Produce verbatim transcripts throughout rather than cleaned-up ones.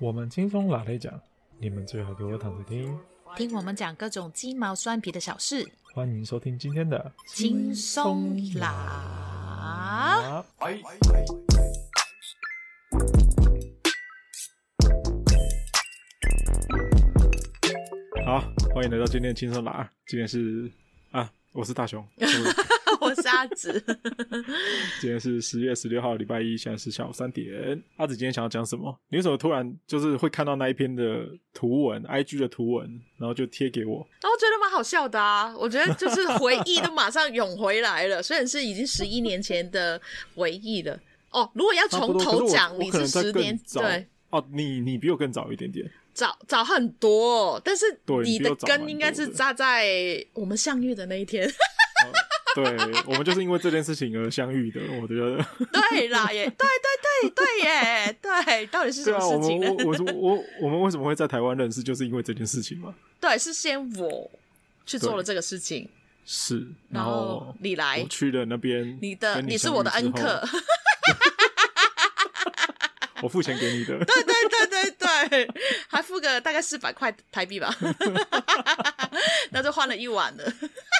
我们轻松拉来讲，你们最好给我躺着听， 听我们讲各种鸡毛蒜皮的小事。 欢迎收听今天的轻松拉。 好，欢迎来到今天的轻松拉。今天是啊，我是大雄， 我是阿紫。 今天是十月十六号，礼拜一，现在是下午三点。阿紫今天想要讲什么？你为什么突然就是会看到那一篇的图文 ，I G 的图文，然后就贴给我？ 然后我觉得蛮好笑的啊，我觉得就是回忆都马上涌回来了，虽然是已经十一年前的回忆了。哦，如果要从头讲，你是十年对哦，你你比我更早一点点。 早早很多，但是你的根应该是扎在我们相遇的那一天。 哦、对，我们就是因为这件事情而相遇的，我觉得。对啦，耶，对对对对耶，对，到底是什么事情呢？ 对啊，我我我我们为什么会在台湾认识，就是因为这件事情嘛。 对，是先我去做了这个事情， 是， 然后你来， 我去了那边， 你的你是我的恩客。 我付钱给你的， 对对对对对，还付个大概四百块台币吧，那就换了一碗了，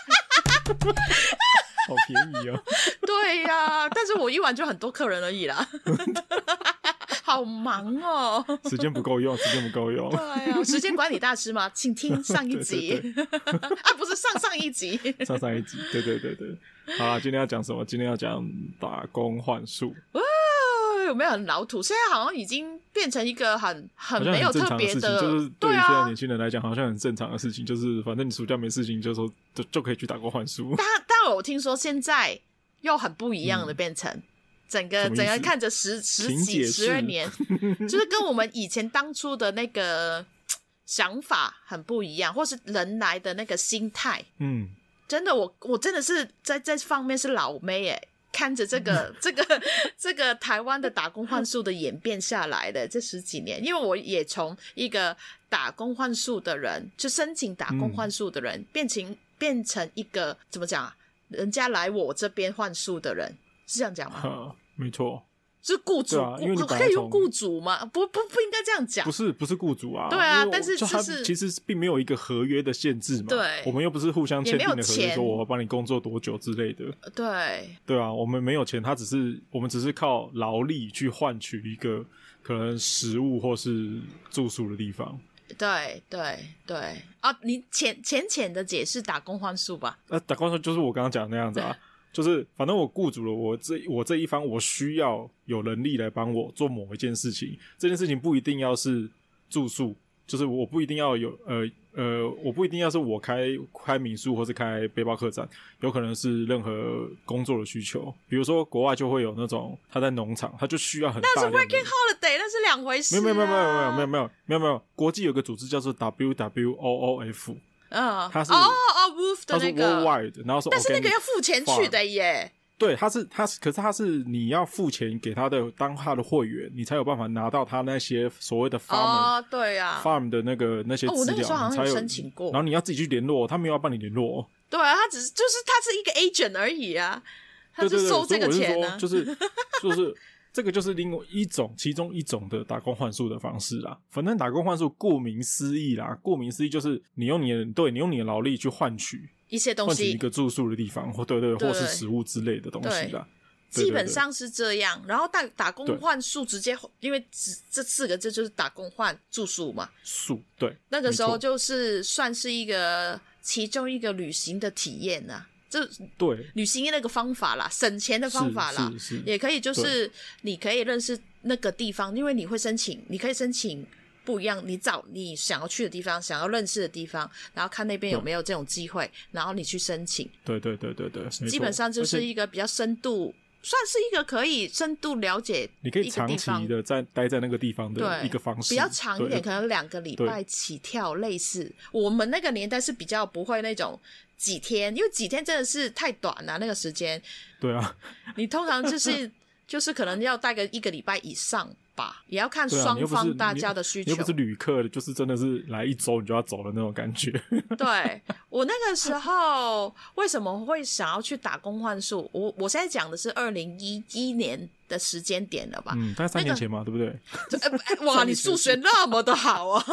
好便宜哦。 对呀、啊，但是我一碗就很多客人而已啦，好忙哦， 时间不够用，时间不够用。 对啊，时间管理大师嘛，请听上一集。 对对对啊，不是上上一集， 上上一集，对对对对。好啦，今天要讲什么？今天要讲打工换宿。 有没有很老土？现在好像已经变成一个很很没有特别的， 就是对于现在年轻人来讲，好像很正常的事情，就是反正你暑假没事情，就说就就可以去打工换宿。 但但我听说现在又很不一样的变成。嗯整个整个看着十十几十二年，就是跟我们以前当初的那个想法很不一样，或是人来的那个心态。嗯，真的，我我真的是在这方面是老妹耶，看着这个这个这个台湾的打工换宿的演变下来的这十几年，因为我也从一个打工换宿的人，就申请打工换宿的人，嗯、变成变成一个怎么讲啊？人家来我这边换宿的人，是这样讲吗？ 没错， 是雇主， 啊、因为你可以用雇主吗？不不不应该这样讲， 不是不是雇主啊， 对啊，但是就他其实并没有一个合约的限制嘛， 对， 我们又不是互相签订的合约，说我要帮你工作多久之类的， 对对啊，我们没有钱，他只是我们只是靠劳力去换取一个可能食物或是住宿的地方。 对对对啊，你浅浅浅的解释打工换宿吧。 呃，打工换宿就是我刚刚讲的那样子啊。就是反正我雇主了，我这我这一方我需要有能力来帮我做某一件事情，这件事情不一定要是住宿，就是我不一定要有呃呃，我不一定要是我开开民宿或是开背包客栈，有可能是任何工作的需求，比如说国外就会有那种他在农场，他就需要很大量的。 那是 working holiday， 那是两回事、啊。 没有没有没有没有没有没有没有没有没有，国际有个组织叫做 W W O O F。 嗯， 他是哦哦 ，Wolf 的那个， 他是 worldwide， 然后说， 但是那个要付钱去的耶。 对，他是他是，可是他是你要付钱给他的当他的会员，你才有办法拿到他那些所谓的 farm， 哦，对啊 ，farm 的那个那些资料，哦， 我那个时候好像有申请过， 然后你要自己去联络，他没有要帮你联络。 对啊，他只是就是他是一个 agent 而已啊，他就收这个钱啊， 对对对，就是就是。这个就是另外一种，其中一种的打工换宿的方式啦。反正打工换宿，顾名思义啦，顾名思义就是你用你的对你用你的劳力去换取一些东西， 换取一个住宿的地方，或对 对, 对，或是食物之类的东西啦。 基本上是这样。然后打打工换宿直接，因为这四个字就是打工换住宿嘛。 宿对， 那个时候就是算是一个其中一个旅行的体验啊。这对旅行那个方法啦，省钱的方法啦， 是是是， 也可以就是你可以认识那个地方，因为你会申请，你可以申请不一样，你找你想要去的地方，想要认识的地方，然后看那边有没有这种机会，然后你去申请。 对对对对对， 基本上就是一个比较深度，算是一个可以深度了解一个地方， 你可以长期的在待在那个地方的一个方式， 比较长一点，可能两个礼拜起跳，类似我们那个年代是比较不会那种几天，因为几天真的是太短了，那个时间。 对啊， 你通常就是就是可能要待个一个礼拜以上， 吧，也要看双方大家的需求。 你又不是旅客，就是真的是来一周你就要走的那种感觉。 对，我那个时候为什么会想要去打工换宿？我我现在讲的是二零一一年的时间点了吧？ 嗯，大概三年前嘛，那个、对不对？ 呃、哇，你数学那么的好啊！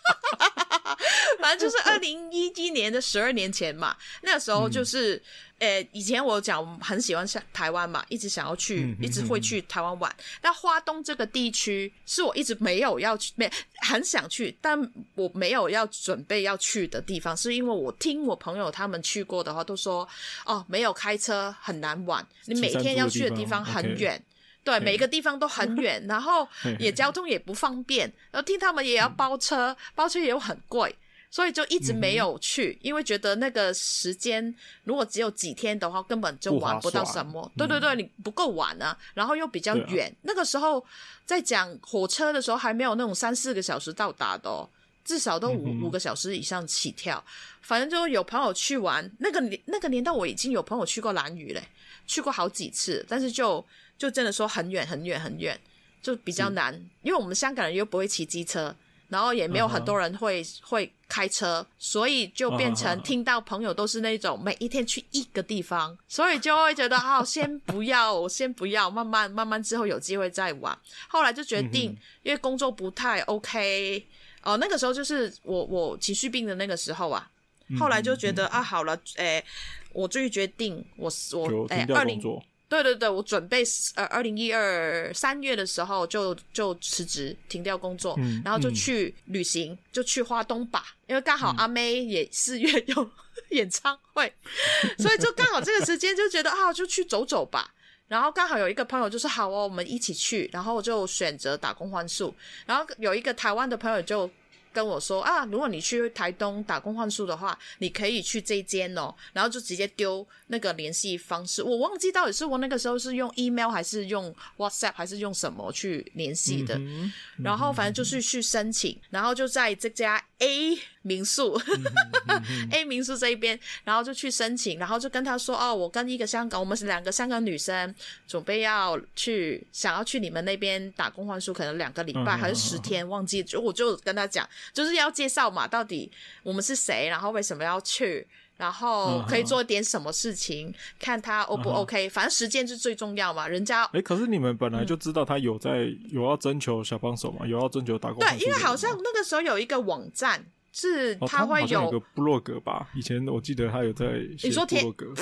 反正就是二零一一年的十二年前嘛，那个时候就是，呃、嗯，以前我讲我很喜欢台湾嘛，一直想要去，嗯、一直会去台湾玩。但花东这个地区是我一直没有要去，没很想去，但我没有要准备要去的地方，是因为我听我朋友他们去过的话，都说哦，没有开车很难玩，你每天要去的地方很远。对，每个地方都很远，然后也交通也不方便，然后听他们也要包车，包车也有很贵，所以就一直没有去，嗯、因为觉得那个时间如果只有几天的话，根本就玩不到什么。对对对，你不够玩啊，然后又比较远。啊、那个时候在讲火车的时候，还没有那种三四个小时到达的哦，至少都五、嗯、五个小时以上起跳。反正就有朋友去玩，那个那个年代我已经有朋友去过兰屿嘞，去过好几次，但是就。就真的说很远很远很远，就比较难，因为我们香港人又不会骑机车，然后也没有很多人会、uh-huh. 会开车，所以就变成听到朋友都是那种每一天去一个地方，所以就会觉得好、哦、先不要我先不要，慢慢慢慢之后有机会再玩。后来就决定、嗯、因为工作不太 OK 哦、呃，那个时候就是我我情绪病的那个时候啊，后来就觉得、嗯、啊好了，诶，我终于决定我我诶二零对对对，我准备呃，二零一二三月的时候就就辞职停掉工作、嗯，然后就去旅行，嗯、就去花东吧，因为刚好阿妹也四月有演唱会，嗯、所以就刚好这个时间就觉得啊，就去走走吧。然后刚好有一个朋友就说好哦，我们一起去，然后我就选择打工换宿。然后有一个台湾的朋友就跟我说啊，如果你去台东打工换宿的话，你可以去这一间哦，然后就直接丢那个联系方式，我忘记到底是我那个时候是用 email 还是用 WhatsApp 还是用什么去联系的、嗯、然后反正就是去申请，然后就在这家 A 民宿、嗯、A 民宿这一边，然后就去申请，然后就跟他说哦，我跟一个香港，我们是两个香港女生准备要去想要去你们那边打工换宿，可能两个礼拜、嗯、还是十天忘记，就我就跟他讲就是要介绍嘛，到底我们是谁，然后为什么要去，然后可以做点什么事情、uh-huh. 看他 O 不 OK、uh-huh. 反正时间是最重要嘛，人家诶可是你们本来就知道他有在、嗯、有要征求小帮手嘛，有要征求打工换宿， 对，因为好像那个时候有一个网站是他会有、哦、他好像有个部落格吧，以前我记得他有在写部落格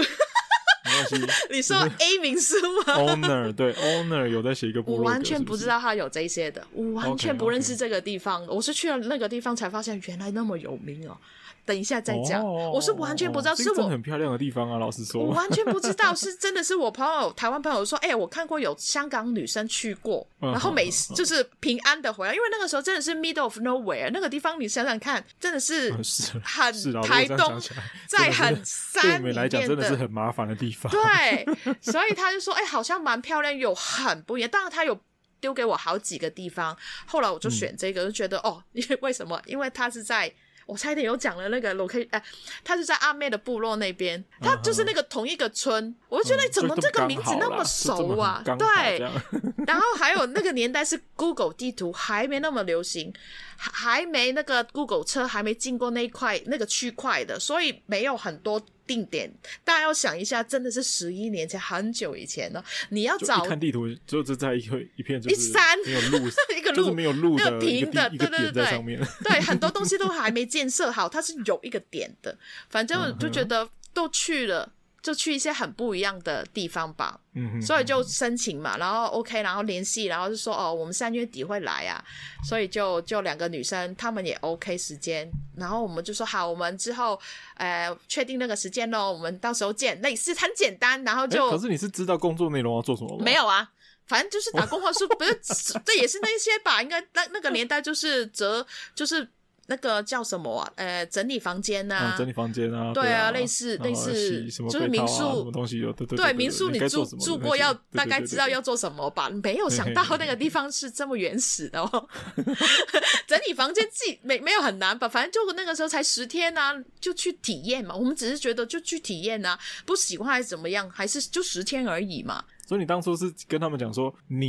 你说 A 民宿吗 ？Owner 对 Owner 有在写一个部落格， 我完全不知道他有这些的，我完全不认识这个地方。Okay, okay. 我是去了那个地方才发现，原来那么有名哦。等一下再讲、哦，我是完全不知道，是我、 这个、很漂亮的地方啊，老实说， 我完全不知道，是真的是我朋友台湾朋友说，哎、欸，我看过有香港女生去过，然后每就是平安的回来，因为那个时候真的是 middle of nowhere 那个地方，你想想看，真的是很台东，在很山里面的，对你们来讲真的是很麻烦的地方， 对，所以他就说，哎、欸，好像蛮漂亮，有很不一样，当然他有丢给我好几个地方，后来我就选这个，嗯、就觉得哦，因为为什么？因为他是在。我差一点有讲了那个 location， 哎，他是在阿妹的部落那边，他就是那个同一个村，嗯、我就觉得怎么这个名字那么熟啊？嗯、对，然后还有那个年代是 Google 地图还没那么流行，还没那个 Google 车还没经过那一块那个区块的，所以没有很多定点。大家要想一下，真的是十一年前，很久以前了。你要找就一看地图，就是在一个一片就是一山没有路， 一个路就是没有路的那个平的， 一个点在上面。 对对对，对，很多东西都还没建设好，它是有一个点的。反正我就觉得都去了。就去一些很不一样的地方吧，嗯哼，所以就申请嘛，然后 OK， 然后联系，然后就说哦，我们三月底会来啊，所以就就两个女生，她们也 OK 时间，然后我们就说好，我们之后呃确定那个时间咯，我们到时候见，类似很简单，然后就、 欸、可是你是知道工作内容要做什么吗？ 没有啊。反正就是打工换宿，不是这也是那些吧？应该那那个年代就是折就是那个叫什么啊？呃，整理房间啊、嗯， 整理房间啊， 对啊，对啊类似类似，就是民宿、 啊、什么东西有，对对 对, 对, 对，民宿你住住过要大概知道要做什么吧？对对对对，没有想到那个地方是这么原始的哦。整理房间自己没没有很难吧？反正就那个时候才十天啊，就去体验嘛。我们只是觉得就去体验啊，不喜欢还是怎么样，还是就十天而已嘛。 所以你当初是跟他们讲说你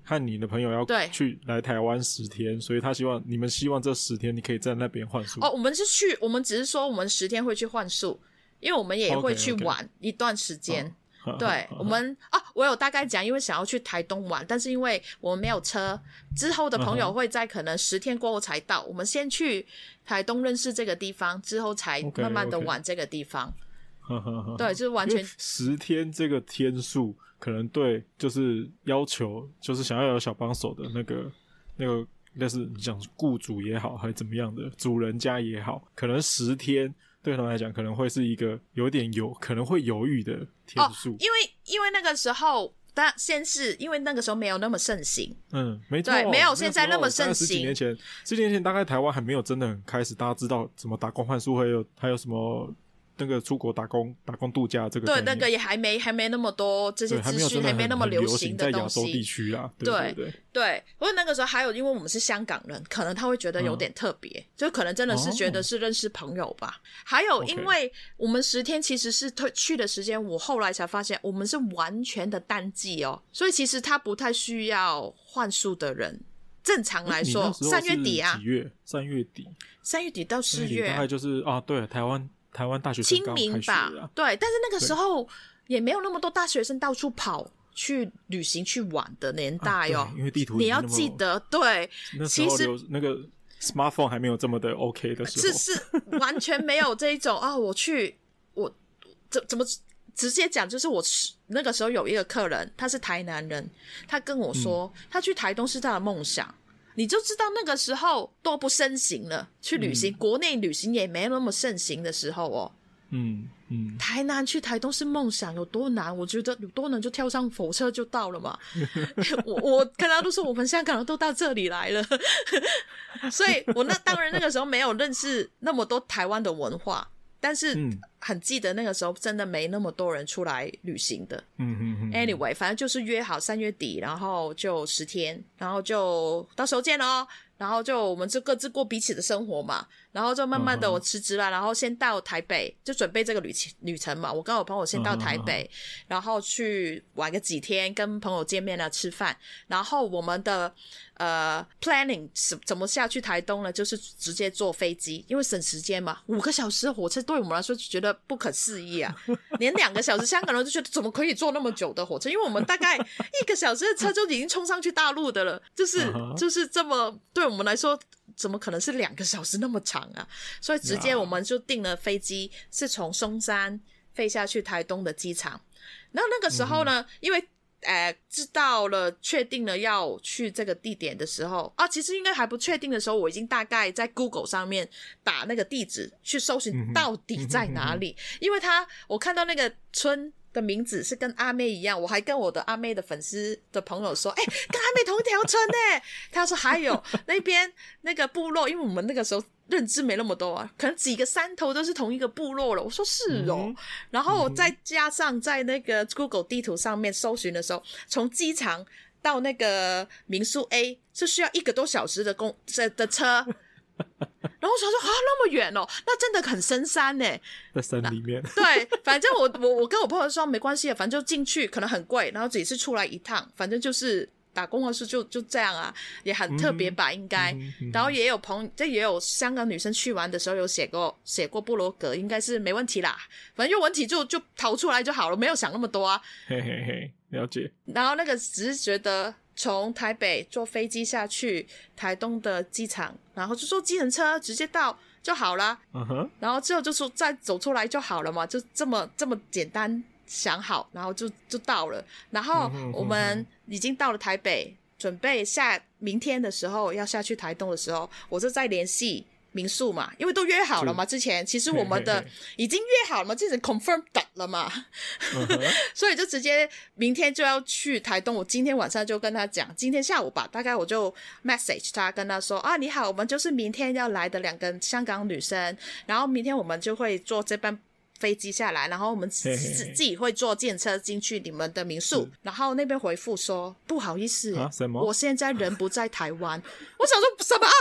和你的朋友要去来台湾十天，所以他希望你们希望这十天你可以在那边换宿。 哦，我们是去，我们只是说我们十天会去换宿，因为我们也会去玩一段时间。Okay, okay.对，我们啊，我有大概讲，因为想要去台东玩，但是因为我们没有车，之后的朋友会在可能十天过后才到。我们先去台东认识这个地方，之后才慢慢的玩这个地方。 Okay, okay. 对，就是完全十天这个天数，可能对，就是要求，就是想要有小帮手的那个那个，类似你讲雇主也好，还是怎么样的主人家也好，可能十天。对他们来讲可能会是一个有点犹可能会犹豫的天数、哦、 因为因为那个时候但先是因为那个时候没有那么盛行， 嗯，没错， 对，没有现在那么盛行。 十几年前十几年前大概台湾还没有真的很开始大家知道怎么打工换宿，还有还有什么那个出国打工打工度假这个概念， 对，那个也还没还没那么多这些资讯，还没那么流行的东西， 在亚洲地区啦，对对 对, 对, 对。不过那个时候还有，因为我们是香港人，可能他会觉得有点特别、嗯，就可能真的是觉得是认识朋友吧。哦、还有，因为我们十天其实是去的时间，我后来才发现我们是完全的淡季哦，所以其实他不太需要换宿的人。正常来说，三月底啊， 几月？三月底， 三月底到四月， 大概就是啊，对，台湾。台湾大学生刚开学、啊、清明吧， 对，但是那个时候也没有那么多大学生到处跑去旅行去玩的年代哦、 啊，因为地图你要记得，对， 那时候其实那个 smartphone 还没有这么的 OK 的时候， 是是完全没有这一种啊，我去我怎怎么直接讲，就是我那个时候有一个客人，他是台南人，他跟我说、嗯、他去台东是他的梦想。你就知道那个时候多不盛行了，去旅行、嗯、国内旅行也没那么盛行的时候哦。 嗯嗯， 台南去台东是梦想，有多难？我觉得有多难就跳上火车就到了嘛。我我看到都说我们香港人都到这里来了，所以我那当然那个时候没有认识那么多台湾的文化。但是很记得那个时候真的没那么多人出来旅行的。 嗯嗯嗯。 Anyway， 反正就是约好三月底，然后就十天，然后就到时候见咯。然后就我们就各自过彼此的生活嘛。然后就慢慢的我辞职了， uh-huh. 然后先到台北，就准备这个旅旅程嘛。我跟我朋友先到台北， uh-huh. 然后去玩个几天，跟朋友见面啊，吃饭。然后我们的呃 planning 怎么下去台东呢？就是直接坐飞机，因为省时间嘛。五个小时的火车对我们来说就觉得不可思议啊，连两个小时香港人就觉得怎么可以坐那么久的火车？因为我们大概一个小时的车就已经冲上去大陆的了，就是、uh-huh. 就是这么对我们来说。怎么可能是两个小时那么长啊？所以直接我们就订了飞机，是从松山飞下去台东的机场。然后那个时候呢，嗯、因为呃知道了确定了要去这个地点的时候啊，其实应该还不确定的时候，我已经大概在 Google 上面打那个地址去搜寻到底在哪里，嗯、因为他我看到那个村的名字是跟阿妹一样，我还跟我的阿妹的粉丝的朋友说，哎、欸，跟阿妹同一条村欸。他说还有那边那个部落，因为我们那个时候认知没那么多啊，可能几个山头都是同一个部落了。我说是哦，嗯、然后再加上在那个 Google 地图上面搜寻的时候，从机场到那个民宿 A 是需要一个多小时的公的车。然后我想说啊，那么远哦，那真的很深山呢， 在山里面。 对，反正我我我跟我朋友说没关系，反正就进去，可能很贵，然后只是出来一趟，反正就是打工的事就就这样啊，也很特别吧，应该、嗯嗯。然后也有朋友，这也有香港女生去玩的时候有写过写过部落格，应该是没问题啦。反正有问题就就逃出来就好了，没有想那么多啊。 嘿嘿嘿，了解。 然后那个只是觉得。从台北坐飞机下去台东的机场，然后就坐计程车直接到就好了。 uh-huh. 然后之后就说再走出来就好了嘛，就这么这么简单想好，然后就就到了。然后我们已经到了台北，准备下明天的时候要下去台东的时候，我就再联系民宿嘛，因为都约好了嘛，之前其实我们的已经约好了嘛，这是 confirm 了嘛，uh-huh. 所以就直接明天就要去台东。我今天晚上就跟他讲，今天下午吧，大概我就 message 他，跟他说啊，你好，我们就是明天要来的两个香港女生，然后明天我们就会坐这班飞机下来，然后我们自自己会坐电车进去你们的民宿。然后那边回复说不好意思、啊、我现在人不在台湾。我想说什么啊？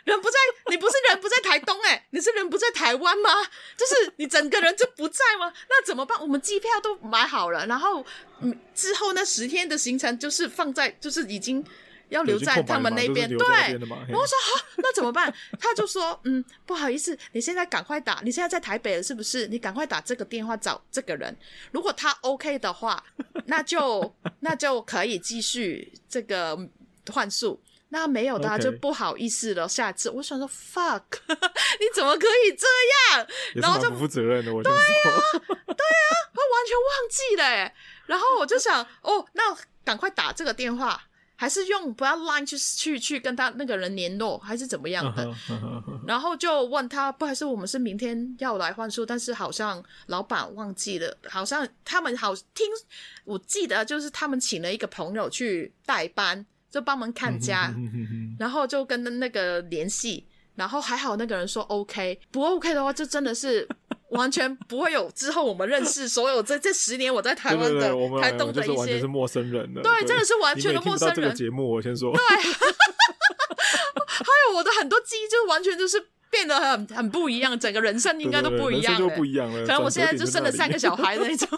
人不在，你不是人不在台东哎、欸，你是人不在台湾吗？就是你整个人就不在吗？那怎么办？我们机票都买好了，然后嗯，之后那十天的行程就是放在，就是已经要留在他们那边，对。然后我说好，那怎么办？他就说嗯，不好意思，你现在赶快打，你现在在台北了是不是？你赶快打这个电话找这个人，如果他 OK 的话，那就那就可以继续这个换宿。那没有的话就不好意思了， okay. 下次我想说 fuck 你怎么可以这样，然后就不负责任的，我就说对啊对啊，我完全忘记了耶，然后我就想哦，那赶快打这个电话，还是用不要 Line 去去去跟他那个人联络，还是怎么样的然后就问他，不好意思，我们是明天要来换宿，但是好像老板忘记了，好像他们好听我记得就是他们请了一个朋友去代班，就帮忙看家然后就跟那个联系，然后还好那个人说 OK， 不 OK 的话就真的是完全不会有之后我们认识所有这这十年我在台湾的对对对我们台东的一些， 就是完全是陌生人的， 对，真的是完全的陌生人。 你没听到这个节目我先说， 对还有我的很多记忆就完全就是变得很很不一样，整个人生应该都不一样了， 对对对，人生就不一样了， 可能我现在就生了三个小孩那种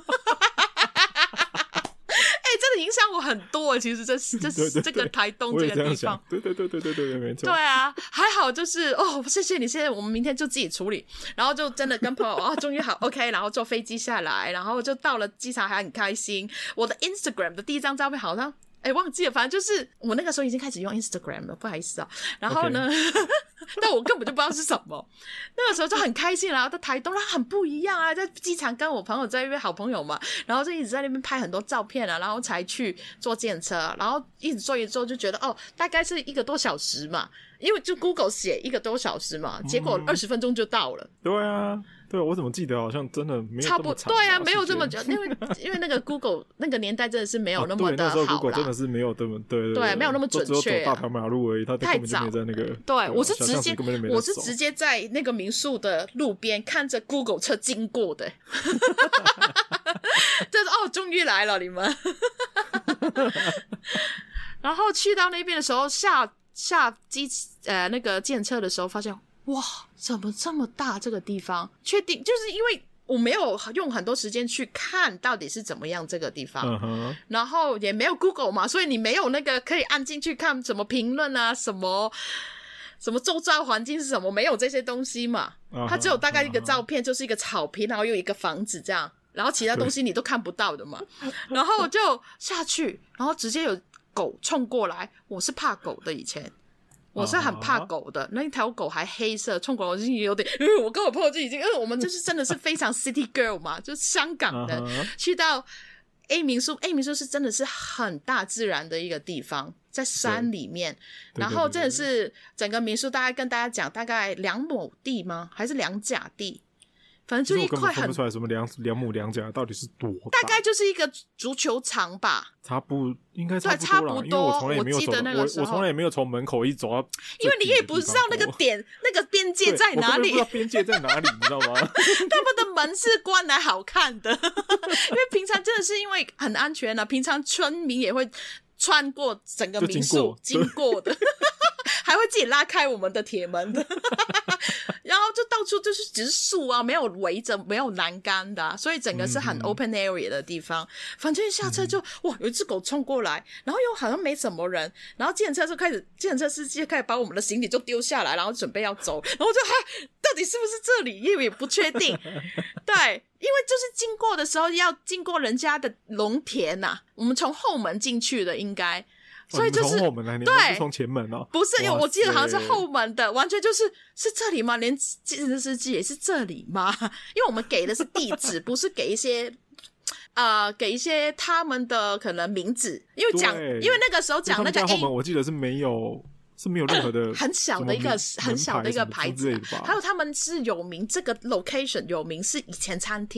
真的影响我很多，其实这这对对对这个台东这个地方， 对对对对对对，没错。 对啊，还好就是哦，谢谢你，现在我们明天就自己处理，然后就真的跟朋友哦，终于好 OK， 然后坐飞机下来，然后就到了机场还很开心。我的 Instagram 的第一张照片好像哎忘记了，反正就是我那个时候已经开始用 Instagram 了，不好意思啊。然后呢， okay. 但我根本就不知道是什么，那个时候就很开心，然后在台东，然后很不一样啊，在机场跟我朋友在那边好朋友嘛，然后就一直在那边拍很多照片啊，然后才去坐电车，然后一直坐一坐就觉得哦，大概是一个多小时嘛，因为就 Google 写一个多小时嘛，结果二十分钟就到了。 嗯、对啊。对，我怎么记得好像真的没有这么长、啊、差不多，对啊，没有这么久，因为因为那个 Google 那个年代真的是没有那么的好啦、啊、对，那时候 Google 真的是没有这么对 对, 对, 对没有那么准确、啊， 都只有走大条马路而已，他根本就没在那个。 对，对我是直接我是直接在那个民宿的路边看着 Google 车经过的，就是哦，终于来了你们。然后去到那边的时候，下下机呃那个建车的时候，发现。哇，怎么这么大这个地方？确定就是因为我没有用很多时间去看到底是怎么样这个地方， uh-huh. 然后也没有 Google 嘛，所以你没有那个可以按进去看什么评论啊，什么什么周遭环境是什么，没有这些东西嘛。Uh-huh. 它只有大概一个照片， uh-huh. 就是一个草坪，然后有一个房子这样，然后其他东西你都看不到的嘛。然后我就下去，然后直接有狗冲过来，我是怕狗的以前。我是很怕狗的，那一条狗还黑色冲过来，我心里有点、呃、我跟我朋友就已经因为我们就是真的是非常 city girl 嘛，就是香港的、uh-huh. 去到 A 民宿 A 民宿是真的是很大自然的一个地方，在山里面，然后真的是整个民宿大概跟大家讲大概两亩地吗还是两甲地，反正就是一块很，我根本分不出来什么两两亩两甲到底是多大， 大概就是一个足球场吧， 差不应该差不多啦，差不多，因为我从来也没有走， 我, 我从来也没有从门口一走到， 因为你也不知道那个点那个边界在哪里， 我根本不知道边界在哪里，你知道吗？ 他们的门是关来好看的，因为平常真的是因为很安全啊，平常村民也会穿过整个民宿经 过, 经过的。还会自己拉开我们的铁门的然后就到处就是只是树啊，没有围着，没有栏杆的、啊、所以整个是很 open area 的地方、嗯、反正一下车就、嗯、哇有一只狗冲过来，然后又好像没什么人，然后计程车就开始计程车司机开始把我们的行李就丢下来，然后准备要走，然后就哈到底是不是这里，因为也不确定对，因为就是经过的时候要经过人家的农田啊，我们从后门进去的应该，所以就是、 哦、从后门来，你们不是从前门哦？ 不是，我记得好像是后门的，完全就是是这里吗？连计程车司机也是这里吗？因为我们给的是地址，不是给一些呃给一些他们的可能名字，因为讲，因为那个时候讲那个 A 后门，我记得是没有。是没有任何的、呃、 很小的一个很小的一个牌子、啊，还有他们是有名这个 location 有名是以前餐厅，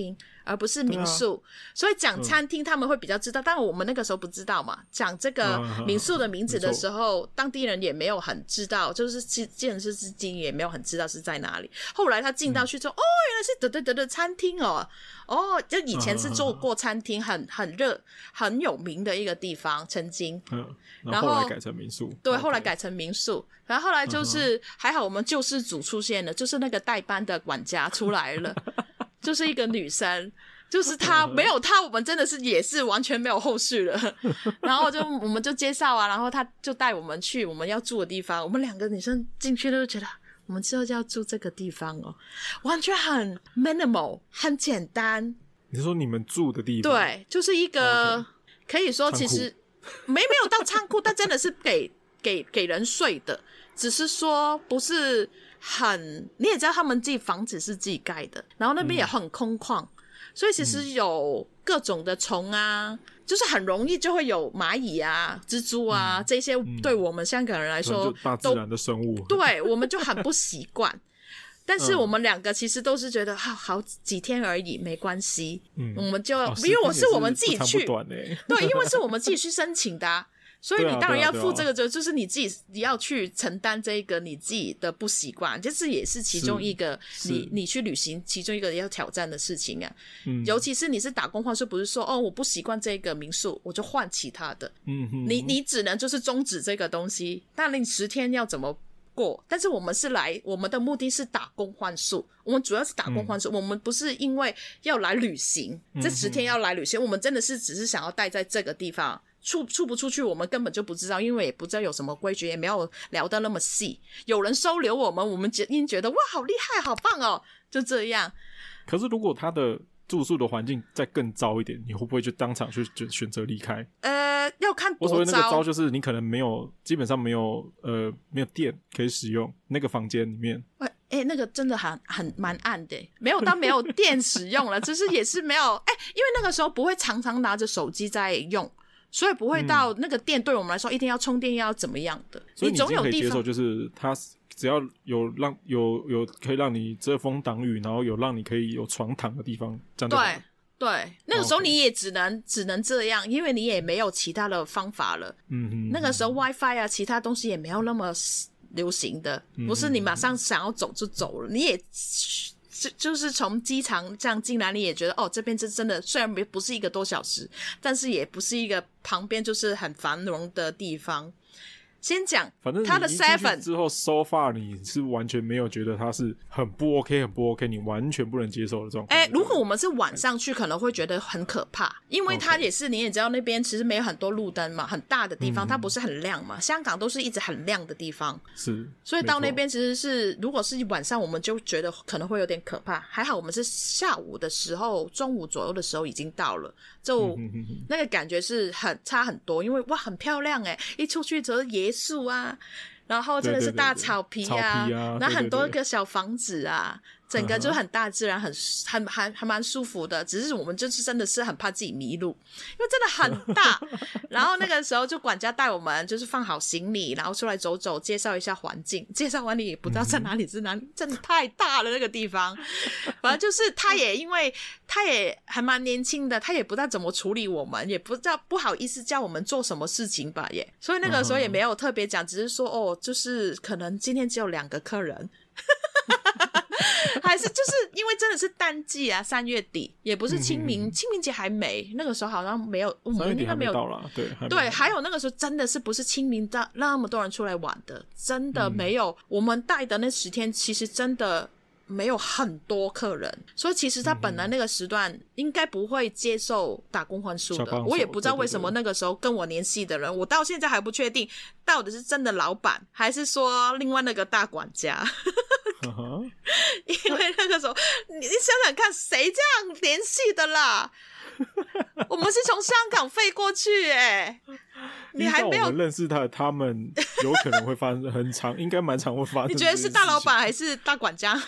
而不是民宿、啊、所以讲餐厅他们会比较知道、嗯、但我们那个时候不知道嘛，讲这个民宿的名字的时候、嗯、当地人也没有很知道，就是建设司机也没有很知道是在哪里。后来他进到去之后、嗯、哦原来是得得得的餐厅哦哦，就以前是做过餐厅，很很热很有名的一个地方曾经、 嗯、然后后来改成民宿， 对、 okay. 后来改成民宿，然后后来就是、嗯、还好我们救世主出现了，就是那个代班的管家出来了就是一个女生，就是她没有她我们真的是也是完全没有后续了然后就我们就介绍啊，然后她就带我们去我们要住的地方，我们两个女生进去都觉得我们之后就要住这个地方哦，完全很 minimal 很简单。 你是说你们住的地方？对， 就是一个、okay. 可以说其实没没有到仓库但真的是给给给人睡的，只是说不是很，你也知道他们自己房子是自己盖的，然后那边也很空旷、嗯、所以其实有各种的虫啊、嗯、就是很容易就会有蚂蚁啊蜘蛛啊、嗯、这些对我们香港人来说、嗯、 就大自然的生物， 对我们就很不习惯但是我们两个其实都是觉得、嗯、好好几天而已没关系、嗯、我们就、哦、因为我是我们自己去、欸、对，因为是我们自己去申请的、啊所以你当然要付这个，就就是你自己你要去承担这个你自己的不习惯，这是也是其中一个你你去旅行其中一个要挑战的事情啊、嗯、尤其是你是打工换宿，不是说哦我不习惯这个民宿我就换其他的，嗯哼，你你只能就是终止这个东西，但你十天要怎么过？但是我们是来我们的目的是打工换宿，我们主要是打工换宿、嗯、我们不是因为要来旅行，这十天要来旅行、嗯、我们真的是只是想要待在这个地方，出出不出去我们根本就不知道，因为也不知道有什么规矩，也没有聊得那么细，有人收留我们我们已经觉得哇好厉害好棒哦，就这样。 可是如果他的住宿的环境再更糟一点，你会不会就当场去就选择离开？ 呃，要看多糟。 我所谓那个糟就是你可能没有基本上没有呃没有电可以使用，那个房间里面哎、欸，那个真的很很蛮暗的，没有到没有电使用了就是也是没有哎、欸，因为那个时候不会常常拿着手机在用，所以不会到那个电对我们来说一定要充电要怎么样的， 所以你总有地方可以接受，就是它只要有让有有可以让你遮风挡雨，然后有让你可以有床躺的地方，这样就好了。 对对，那个时候你也只能、okay. 只能这样，因为你也没有其他的方法了。嗯哼，那个时候 WiFi 啊，其他东西也没有那么流行的，不是你马上想要走就走了，你也就就是从机场这样进来，你也觉得哦，这边这真的虽然不是一个多小时，但是也不是一个旁边就是很繁荣的地方。先讲他的 seven 之后 so far 你是完全没有觉得他是很不 OK 很不 OK 你完全不能接受的状况。 哎、欸，如果我们是晚上去可能会觉得很可怕，因为它也是、okay. 你也知道那边其实没有很多路灯嘛，很大的地方、嗯、它不是很亮嘛，香港都是一直很亮的地方，是，所以到那边其实是如果是晚上我们就觉得可能会有点可怕。还好我们是下午的时候中午左右的时候已经到了，就那个感觉是很差很多，因为哇很漂亮耶，一出去则椰树啊，然后真的是大草皮啊，然后很多个小房子啊，对对对，整个就很大自然，很很还还蛮舒服的。只是我们就是真的是很怕自己迷路，因为真的很大。然后那个时候就管家带我们就是放好行李，然后出来走走，介绍一下环境。介绍完你也不知道在哪里是哪里，嗯、真的太大了那个地方。反正就是他也因为他也还蛮年轻的，他也不知道怎么处理我们，也不知道不好意思叫我们做什么事情吧也。所以那个时候也没有特别讲，只是说哦，就是可能今天只有两个客人。还是就是因为真的是淡季啊，三月底也不是清明，嗯、清明节还没，那个时候好像没有，我们应该没有到啦，对还对，还有那个时候真的是不是清明的那么多人出来玩的，真的没有。嗯、我们带的那十天其实真的没有很多客人，所以其实他本来那个时段应该不会接受打工换宿的。我也不知道为什么那个时候跟我联系的人，我到现在还不确定到底是真的老板还是说另外那个大管家。Uh-huh. 因为那个时候你想想看谁这样联系的啦。我们是从香港飞过去耶，你还没有我们认识他，他们有可能会发生很长应该蛮常会发生。 你觉得是大老板还是大管家？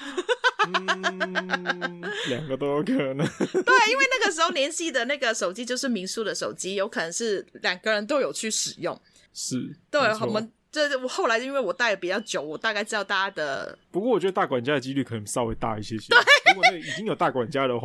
嗯，两个都有可能。 对，因为那个时候联系的那个手机就是民宿的手机，有可能是两个人都有去使用。 是， 对，我们这后来因为我带的比较久，我大概知道大家的。 不过我觉得大管家的几率可能稍微大一些些。如果那已经有大管家的话，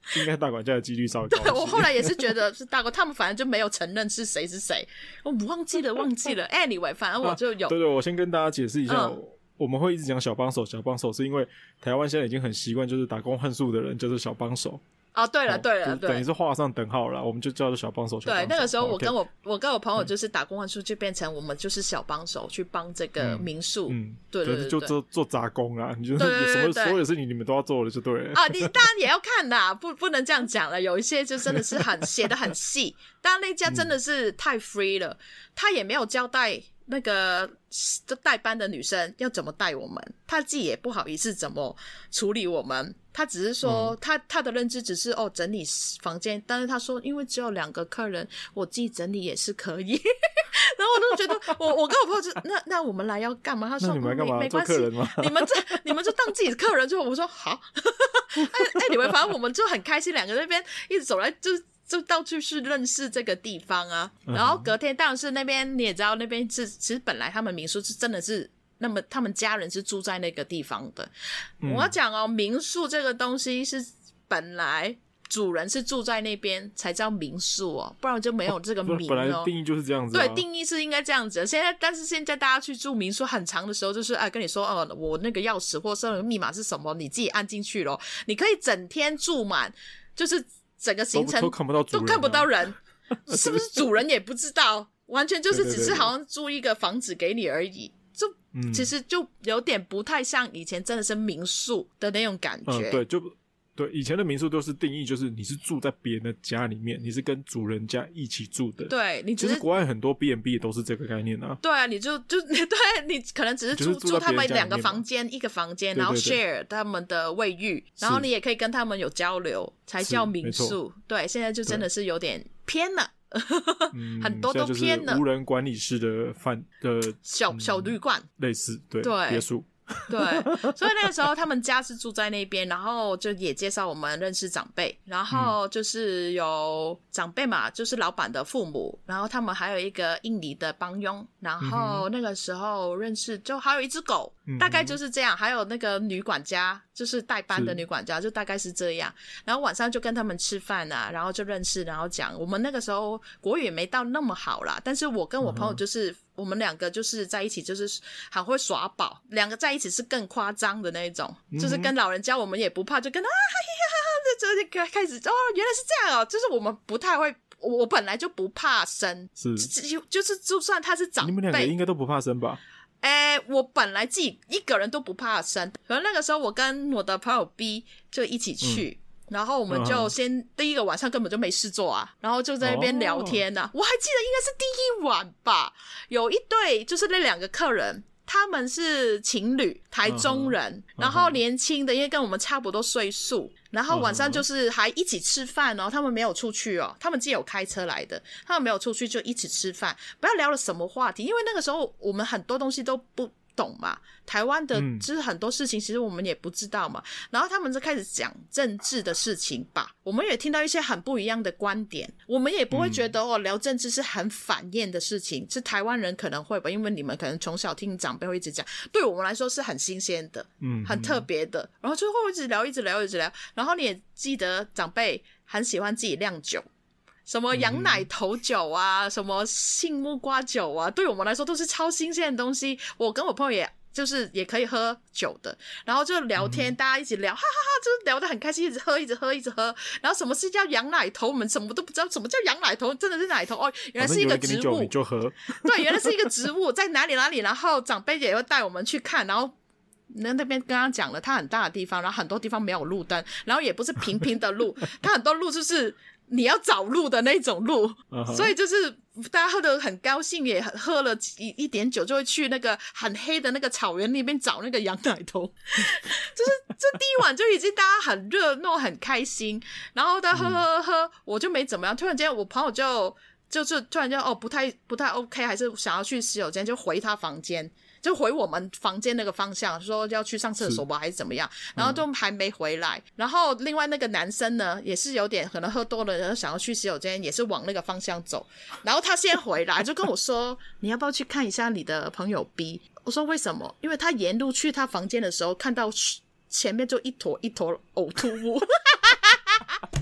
应该大管家的几率稍微高一些。 对，我后来也是觉得是大管，他们反正就没有承认是谁是谁，我忘记了忘记了。anyway， 反正我就有、啊。 对对，我先跟大家解释一下。嗯，我们会一直讲小帮手小帮手是因为台湾现在已经很习惯就是打工换宿的人就是小帮手哦，对了对了，对， 等于是画上等号了，我们就叫做小帮手。 对，那个时候我跟我、okay. 我跟我朋友就是打工换宿，就变成我们就是小帮手去帮这个民宿。嗯，嗯对对 对, 对， 就做做杂工啊，你就是什么所有事情你们都要做的就对了。 啊，你当然也要看啦，不不能这样讲了。有一些就真的是很写的很细，当然那家真的是太 free 了，他也没有交代那个带班的女生要怎么带我们，他自己也不好意思怎么处理我们，他只是说、嗯、他他的认知只是哦整理房间，但是他说因为只有两个客人，我自己整理也是可以。然后我就觉得我我跟我朋友就那那我们来要干嘛？他说那你们来干嘛？ 没关系，你们这你们就当自己的客人就好。我说好。哎哎，你们反正我们就很开心，两个人那边一直走来就。就到处去认识这个地方啊，然后隔天当然是那边你也知道，那边是其实本来他们民宿是真的是那么他们家人是住在那个地方的。嗯、我要讲哦，民宿这个东西是本来主人是住在那边才叫民宿哦，不然就没有这个名哦。 本来定义就是这样子、啊， 对，定义是应该这样子的。现在但是现在大家去住民宿很长的时候，就是哎跟你说哦，我那个钥匙或是密码是什么，你自己按进去咯，你可以整天住满，就是。整个行程都, 都看不到主人、啊， 都看不到人，是不是主人也不知道，完全就是只是好像租一个房子给你而已，就、嗯、其实就有点不太像以前真的是民宿的那种感觉。 嗯，对，就对，以前的民宿都是定义就是你是住在别人的家里面，你是跟主人家一起住的。 对，你只是其实国外很多 B and B 都是这个概念啊。 对啊，你就就对你可能只是 住, 住, 住他们两个房间，一个房间，然后 share 他们的卫浴，然后你也可以跟他们有交流，才叫民宿。对，现在就真的是有点偏了。嗯、很多都偏了， 无人管理式的饭的小、嗯、小旅馆类似，对， 对， 别墅。 对，所以那个时候他们家是住在那边，然后就也介绍我们认识长辈，然后就是有长辈嘛，就是老板的父母，然后他们还有一个印尼的帮佣，然后那个时候认识就还有一只狗、嗯、大概就是这样，还有那个女管家，就是代班的女管家，就大概是这样。然后晚上就跟他们吃饭啊，然后就认识，然后讲我们那个时候国语也没到那么好啦，但是我跟我朋友就是、嗯我们两个就是在一起就是很会耍宝，两个在一起是更夸张的那种、嗯、就是跟老人家我们也不怕，就跟啊哈哈哈哈开始哦原来是这样哦，就是我们不太会，我本来就不怕生，是就就是就算他是长辈， 你们两个应该都不怕生吧？ 哎、欸，我本来自己一个人都不怕生，可能那个时候我跟我的朋友 B 就一起去、嗯然后我们就先、uh-huh. 第一个晚上根本就没事做啊，然后就在那边聊天啊、oh. 我还记得应该是第一晚吧，有一对就是那两个客人他们是情侣，台中人、uh-huh. 然后年轻的因为跟我们差不多岁数，然后晚上就是还一起吃饭哦，他们没有出去哦，他们自己有开车来的，他们没有出去就一起吃饭，不要聊了什么话题，因为那个时候我们很多东西都不懂嘛，台湾的就是很多事情其实我们也不知道嘛、嗯、然后他们就开始讲政治的事情吧，我们也听到一些很不一样的观点，我们也不会觉得、嗯、哦聊政治是很反厌的事情，是台湾人可能会吧，因为你们可能从小听长辈会一直讲，对我们来说是很新鲜的，嗯，很特别的，然后就会一直聊一直聊一直聊，然后你也记得长辈很喜欢自己酿酒，什么羊奶头酒啊、嗯、什么杏木瓜酒啊，对我们来说都是超新鲜的东西，我跟我朋友也就是也可以喝酒的，然后就聊天、嗯、大家一起聊哈哈哈，就是聊得很开心，一直喝一直喝一直喝，然后什么是叫羊奶头我们什么都不知道，什么叫羊奶头，真的是奶头哦，原来是一个植物， 你就喝对，原来是一个植物在哪里哪里，然后长辈也会带我们去看，然后那那边刚刚讲了它很大的地方，然后很多地方没有路灯，然后也不是平平的路它很多路就是你要找路的那种路、uh-huh. 所以就是大家喝得很高兴，也喝了 一, 一点酒就会去那个很黑的那个草原那边找那个羊奶头就是这第一晚就已经大家很热闹很开心，然后他喝喝喝、嗯、我就没怎么样，突然间我朋友就就是突然间哦不太不太 OK， 还是想要去洗手间，就回他房间，就回我们房间那个方向，说要去上厕所吧还是怎么样，然后都还没回来、嗯、然后另外那个男生呢也是有点可能喝多了，然后想要去洗手间，也是往那个方向走，然后他先回来就跟我说你要不要去看一下你的朋友 B， 我说为什么，因为他沿路去他房间的时候看到前面就一坨一坨呕吐物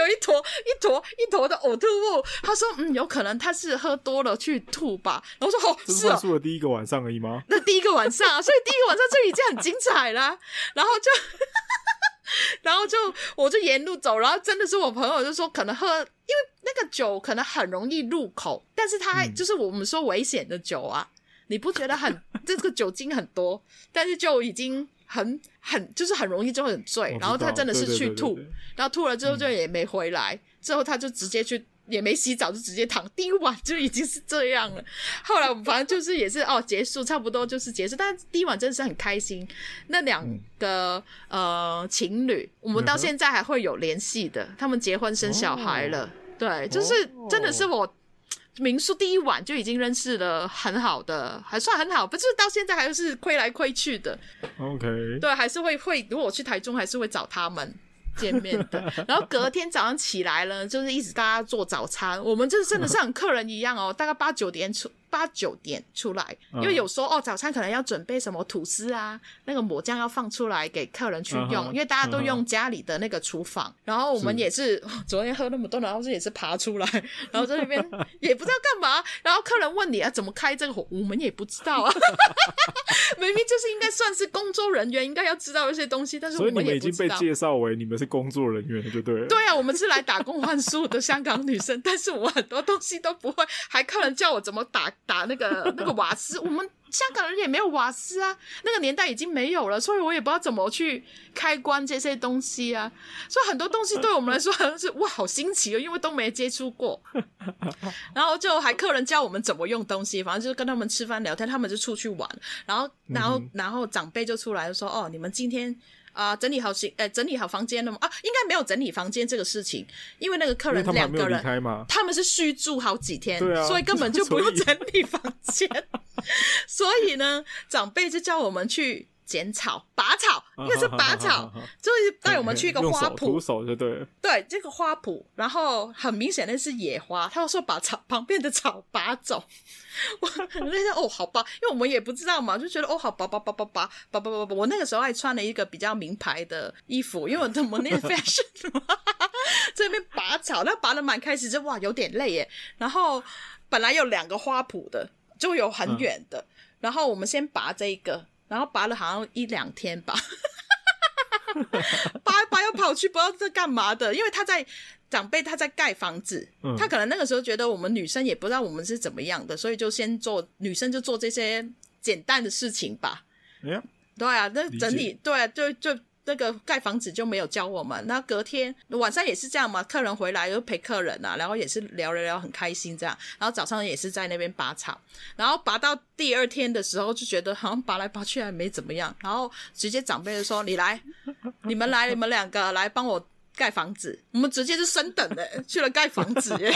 一坨一坨一坨的呕吐物。他说嗯，有可能他是喝多了去吐吧。然后我说哦， 是是哦， 这是的第一个晚上而已吗？ 那第一个晚上啊，所以第一个晚上就已经很精彩啦。然后就然后就我就沿路走，然后真的是我朋友就说可能喝，因为那个酒可能很容易入口，但是它还、嗯、就是我们说危险的酒啊，你不觉得很这个酒精很多，但是就已经很很就是很容易就很醉，然后他真的是去吐，对对对对对，然后吐了之后就也没回来，嗯、之后他就直接去。也没洗澡就直接躺，第一晚就已经是这样了。后来我们反正就是也是哦结束，差不多就是结束。但是第一晚真的是很开心，那两个、嗯、呃情侣，我们到现在还会有联系的，他们结婚生小孩了。哦、对，就是真的是我民宿第一晚就已经认识了很好的，还算很好，不是到现在还是亏来亏去的。 OK， 对，还是会会，如果我去台中还是会找他们。见面的，然后隔天早上起来了，就是一直大家做早餐，我们这真的是像客人一样哦，大概八九点出八九点出来，因为有时候哦早餐可能要准备什么吐司啊，那个抹酱要放出来给客人去用， uh-huh, 因为大家都用家里的那个厨房， uh-huh. 然后我们也是、哦、昨天喝那么多，然后也是爬出来，然后在那边也不知道干嘛，然后客人问你啊怎么开这个火，我们也不知道啊明明就是应该算是工作人员应该要知道一些东西，但是我们也不知道， 所以你们已经被介绍为你们是工作人员了就对了。 对啊，我们是来打工换宿的香港女生，但是我很多东西都不会，还客人叫我怎么打打那个那个瓦斯，我们香港人也没有瓦斯啊，那个年代已经没有了，所以我也不知道怎么去开关这些东西啊，所以很多东西对我们来说好像是哇好新奇哦，因为都没接触过然后就还客人教我们怎么用东西，反正就是跟他们吃饭聊天，他们就出去玩，然后然后、嗯、然后长辈就出来就说哦你们今天啊、呃，整理好行，呃，整理好房间了吗？啊，应该没有整理房间这个事情，因为那个客人两个人， 他们, 他们是续住好几天， 对啊， 所以根本就不用整理房间。所以呢，长辈就叫我们去剪草、拔草，应该是拔草，啊、就是带我们去一个花圃， 徒手就对了。 对，这个花圃，然后很明显的是野花，他说把草旁边的草拔走。我那天哦，好吧，因为我们也不知道嘛，就觉得哦，好拔拔拔拔拔拔拔拔拔。我那个时候还穿了一个比较名牌的衣服，因为我怎么念 fashion 嘛，在那边拔草，那拔得蛮开始就哇有点累耶。然后本来有两个花圃的，就有很远的、嗯，然后我们先拔这一个，然后拔了好像一两天吧。拔拔又跑去不知道在干嘛的，因为他在长辈他在盖房子、嗯、他可能那个时候觉得我们女生也不知道我们是怎么样的，所以就先做女生就做这些简单的事情吧、 哎、 对啊，那整理对啊，就就那个盖房子就没有教我们，那隔天晚上也是这样嘛，客人回来就陪客人啊，然后也是聊聊聊很开心这样，然后早上也是在那边拔草，然后拔到第二天的时候就觉得好像拔来拔去还没怎么样，然后直接长辈就说你来你们来你们两个来帮我盖房子，我们直接就升等了去了盖房子耶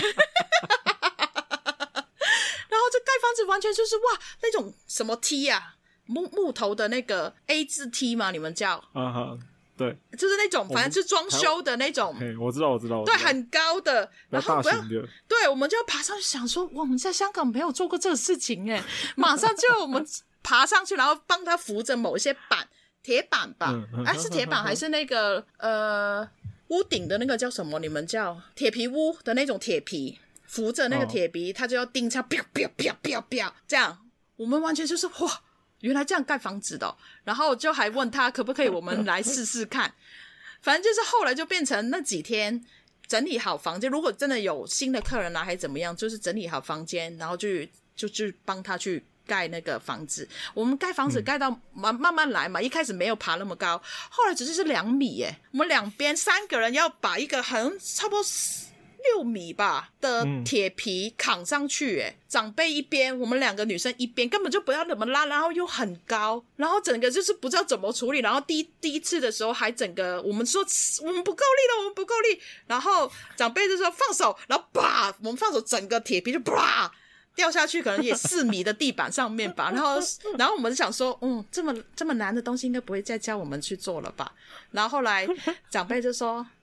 然后这盖房子完全就是哇那种什么梯啊，木木头的那个 A 字梯嘛，你们叫啊哈，对， 就是那种反正是装修的那种， 我知道我知道，对， 很高的，然后不要，对，我们就要爬上去，想说哇我们在香港没有做过这个事情耶，马上就我们爬上去，然后帮他扶着某一些板，铁板吧，嗯、啊是铁板还是那个呃屋顶的那个叫什么？你们叫铁皮屋的那种铁皮，扶着那个铁皮，他、哦、就要钉枪，啪啪啪啪啪，这样，我们完全就是哇，原来这样盖房子的、哦，然后就还问他可不可以我们来试试看，反正就是后来就变成那几天整理好房间，如果真的有新的客人来、啊、还怎么样，就是整理好房间，然后就就去帮他去盖那个房子，我们盖房子盖到慢慢慢来嘛、嗯，一开始没有爬那么高，后来只是是两米耶，我们两边三个人要把一个很差不多六米吧的铁皮扛上去耶、嗯、长辈一边，我们两个女生一边，根本就不知道怎么拉，然后又很高，然后整个就是不知道怎么处理，然后第一第一次的时候还整个我们说我们不够力了，我们不够力，然后长辈就说放手，然后啪我们放手，整个铁皮就啪掉下去，可能也四米的地板上面吧，然后然后我们就想说嗯，这么这么难的东西应该不会再教我们去做了吧，然后后来长辈就说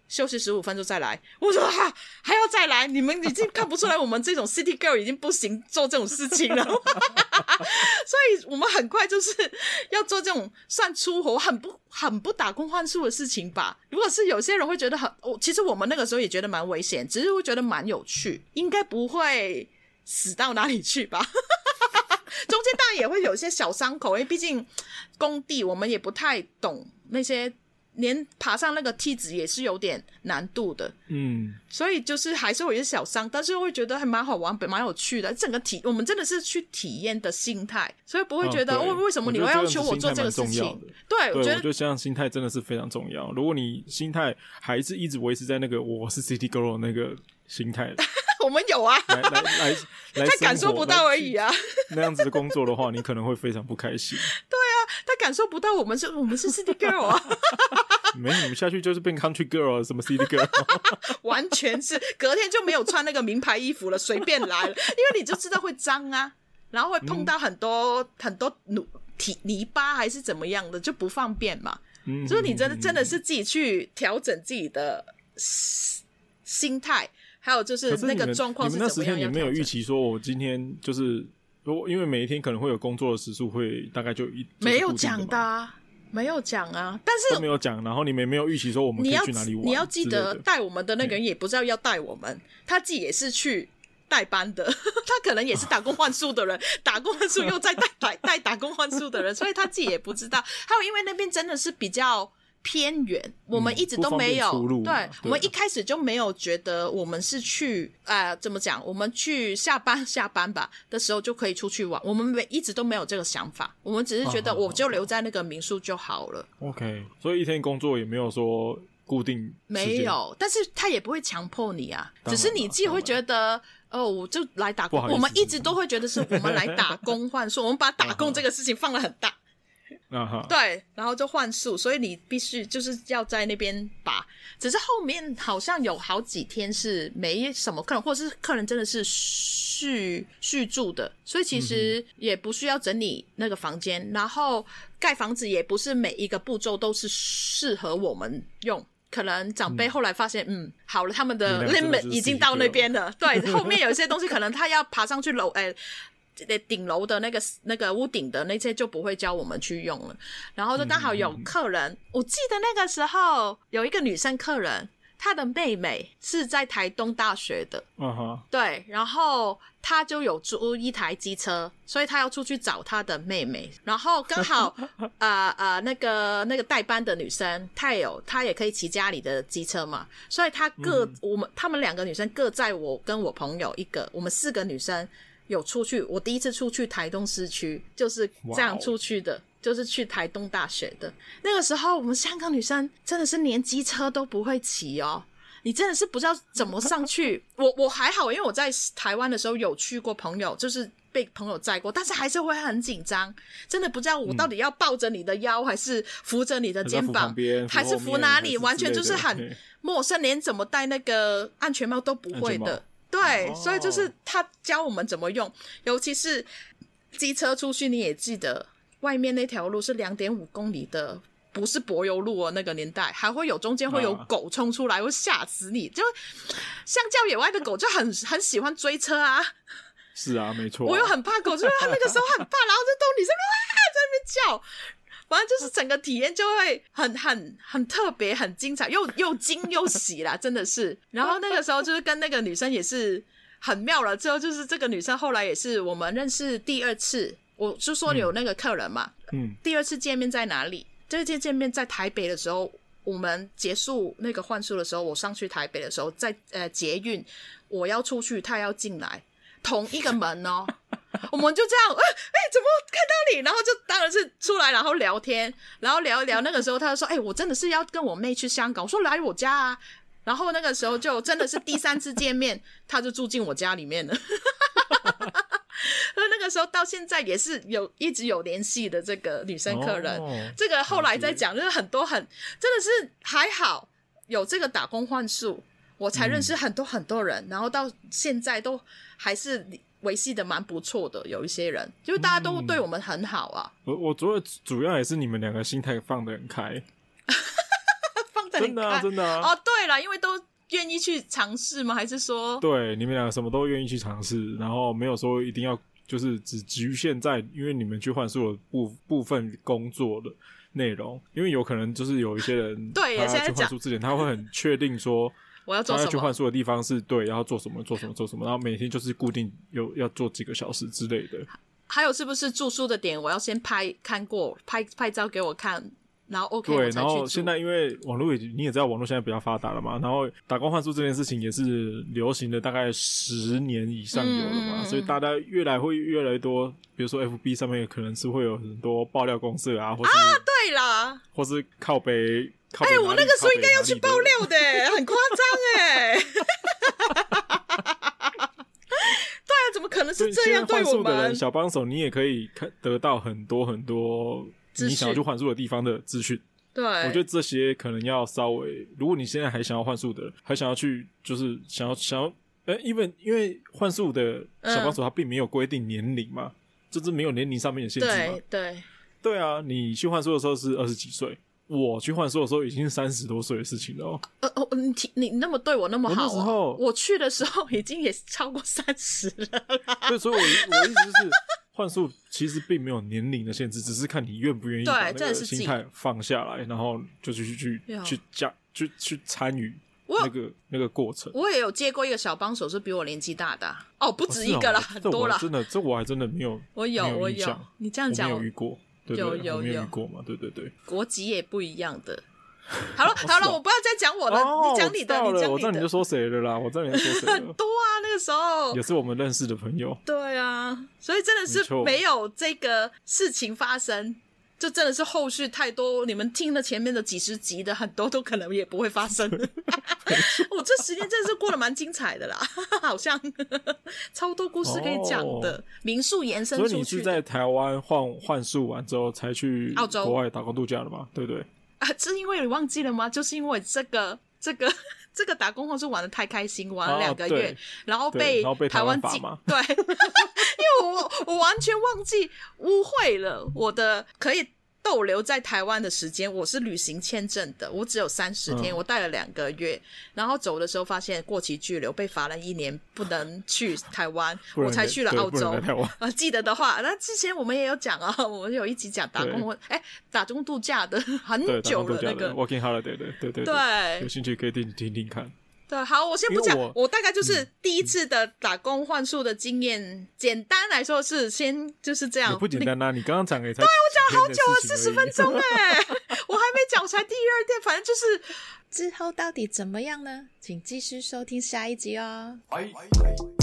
休息十五分钟再来。我说哈、啊、还要再来，你们已经看不出来我们这种 City Girl 已经不行做这种事情了。所以我们很快就是要做这种算出活很不很不打工换宿的事情吧。如果是有些人会觉得很、哦、其实我们那个时候也觉得蛮危险，只是会觉得蛮有趣，应该不会死到哪里去吧。中间当然也会有一些小伤口，因为毕竟工地我们也不太懂那些，连爬上那个梯子也是有点难度的，嗯，所以就是还是会有一些小伤，但是会觉得还蛮好玩蛮有趣的，整个体我们真的是去体验的心态，所以不会觉得、哦、为什么你会要求我做这个事情。对， 我觉得我觉得这样心态真的是非常重要，如果你心态还是一直维持在那个我是 City Girl 的那个心态我们有啊， 来来来来， 他感受不到而已啊。 那样子的工作的话，你可能会非常不开心。 对啊，他感受不到我们是我们是 City Girl 啊。 没有，你们下去就是变 Country Girl 什么 City Girl， 完全是隔天就没有穿那个名牌衣服了，随便来了，因为你就知道会脏啊，然后会碰到很多、嗯、很多泥巴还是怎么样的，就不方便嘛。嗯，就是你真的真的是自己去调整自己的心态。还有就是那个状况是怎么样， 你们那十天你没有预期说我今天就是因为每一天可能会有工作的时数会大概就一、就是、 没有讲的啊，没有讲啊，但是都没有讲，然后你们没有预期说我们可以去哪里玩。 你要记得带我们的那个人也不知道要带我们，他自己也是去代班的，他可能也是打工换宿的人，打工换宿又在带带打工换宿的人，所以他自己也不知道。还有因为那边真的是比较偏远，我们一直都没有、嗯、对, 对我们一开始就没有觉得我们是去呃怎么讲，我们去下班下班吧的时候就可以出去玩，我们没一直都没有这个想法，我们只是觉得我就留在那个民宿就好了。 OK， 所以一天工作也没有说固定， 没有，但是他也不会强迫你啊，只是你自己会觉得哦，我就来打工，我们一直都会觉得是我们来打工换宿我们把打工这个事情放得很大Uh-huh. 对，然后就换宿，所以你必须就是要在那边把，只是后面好像有好几天是没什么客人，或者是客人真的是续续住的，所以其实也不需要整理那个房间、嗯、然后盖房子也不是每一个步骤都是适合我们用，可能长辈后来发现 嗯, 嗯好了，他们的 limit 已经到那边了，对，后面有一些东西可能他要爬上去楼诶顶楼的那个那个屋顶的那些就不会教我们去用了，然后就刚好有客人、嗯、我记得那个时候有一个女生客人，她的妹妹是在台东大学的、uh-huh. 对，然后她就有租一台机车，所以她要出去找她的妹妹，然后刚好呃呃那个那个代班的女生她有她也可以骑家里的机车嘛，所以她各、嗯、我们她们两个女生各载我跟我朋友一个，我们四个女生有出去，我第一次出去台东市区就是这样出去的、wow. 就是去台东大学的。那个时候我们香港女生真的是连机车都不会骑哦，你真的是不知道怎么上去我我还好，因为我在台湾的时候有去过朋友，就是被朋友载过，但是还是会很紧张，真的不知道我到底要抱着你的腰、嗯、还是扶着你的肩膀还是扶哪里，完全就是很陌生，连怎么戴那个安全帽都不会的，对、哦、所以就是他教我们怎么用，尤其是机车出去，你也记得外面那条路是 两点五公里的，不是柏油路哦，那个年代还会有中间会有狗冲出来、啊、会吓死你，就相较野外的狗就很很喜欢追车啊， 是啊没错啊， 我又很怕狗，就是他那个时候很怕然后就都女生啊在那边叫，反正就是整个体验就会很很很特别很精彩，又又惊又喜啦真的是。然后那个时候就是跟那个女生也是很妙了，之后就是这个女生后来也是我们认识第二次，我就说有那个客人嘛，嗯，第二次见面在哪里，这次见面在台北的时候，我们结束那个换宿的时候，我上去台北的时候在呃捷运，我要出去他要进来，同一个门哦我们就这样哎、欸、怎么看到你，然后就当然是出来然后聊天，然后聊一聊，那个时候他就说哎、欸、我真的是要跟我妹去香港，我说来我家啊，然后那个时候就真的是第三次见面他就住进我家里面了那个时候到现在也是有一直有联系的这个女生客人、哦、这个后来再讲就是很多很真的是还好有这个打工换宿，我才认识很多很多人、嗯、然后到现在都还是维系的蛮不错的，有一些人就是大家都对我们很好啊、 嗯、我我觉得主要也是你们两个心态放得很开放得真的啊，真的啊。 哦，对了，因为都愿意去尝试吗？还是说， 对，你们两个什么都愿意去尝试，然后没有说一定要就是只局限在因为你们去幻术的部部分工作的内容，因为有可能就是有一些人对耶， 他去幻术之前他会很确定说我要做什么， 他要去幻术的地方是对，要做什么做什么做什么，然后每天就是固定有要做几个小时之类的。还有是不是住宿的点我要先拍看过，拍拍照给我看，然后 OK 对， 我才去住。 然后现在因为网络也你也知道网络现在比较发达了嘛，然后打工换宿这件事情也是流行的大概十年以上有了嘛、嗯、所以大家越来会越来越多，比如说 F B 上面可能是会有很多爆料公社啊，或是啊对啦， 或是靠北靠北哎、欸，我那个时候应该要去爆料的很夸张哎对啊，怎么可能是这样对我们？ 幻术的人小帮手，你也可以看得到很多很多你想要去幻术的地方的资讯。 对， 我觉得这些可能要稍微，如果你现在还想要幻术的人，还想要去，就是想要想要，呃、欸，因为因为幻术的小帮手他并没有规定年龄嘛，嗯、就是没有年龄上面的限制嘛。 对对对啊，你去幻术的时候是二十几岁。我去幻术的时候已经是三十多岁的事情了哦。 呃哦，你你那么对我那么好、啊， 我那时候我去的时候已经也超过三十了啦。 对，所以我我的意思就是，幻术其实并没有年龄的限制，只是看你愿不愿意把那个心态放下来，然后就去去去加去去参与那个那个过程。 我也有接过一个小帮手，是比我年纪大的、啊、哦，不止一个啦， 哦、 很多啦。 真的，这我还真的没有， 我有我有，你这样讲我没有遇过。对对有有我没有遇过嘛？对对对， 国籍也不一样的。好了好了、哦，我不要再讲我了， 哦、 你讲你的，你讲你的。 我知道你就说谁了啦，我知道你在说谁了。 很多啊，那个时候也是我们认识的朋友。 对啊，所以真的是没有这个事情发生，就真的是后续太多。你们听了前面的几十集的，很多都可能也不会发生。我这十年真的是过得蛮精彩的啦，好像超多故事可以讲的、哦，民宿延伸出去的。 所以你是在台湾换换宿完之后才去澳洲国外打工度假的吗？对不对？ 啊，是因为你忘记了吗？就是因为这个这个这个打工换宿玩的太开心，玩了两个月、啊，然后被台湾禁，对，因为我我完全忘记误会了我的可以逗留在台湾的时间，我是旅行签证的，我只有三十天、嗯，我待了两个月，然后走的时候发现过期居留，被罚了一年，不能去台湾，我才去了澳洲。啊，记得的话，那之前我们也有讲啊，我们有一集讲打工，哎，打工度假的很久了，那个 working holiday 的，对对 对, 对，有兴趣可以听听听看。 对，好，我先不讲，我, 我大概就是第一次的打工换宿的经验、嗯，简单来说是先就是这样。 也不简单啊，你刚刚讲也才对我讲好久啊，四十分钟哎，我还没讲，我才第二天，反正就是之后到底怎么样呢？请继续收听下一集哦。哎哎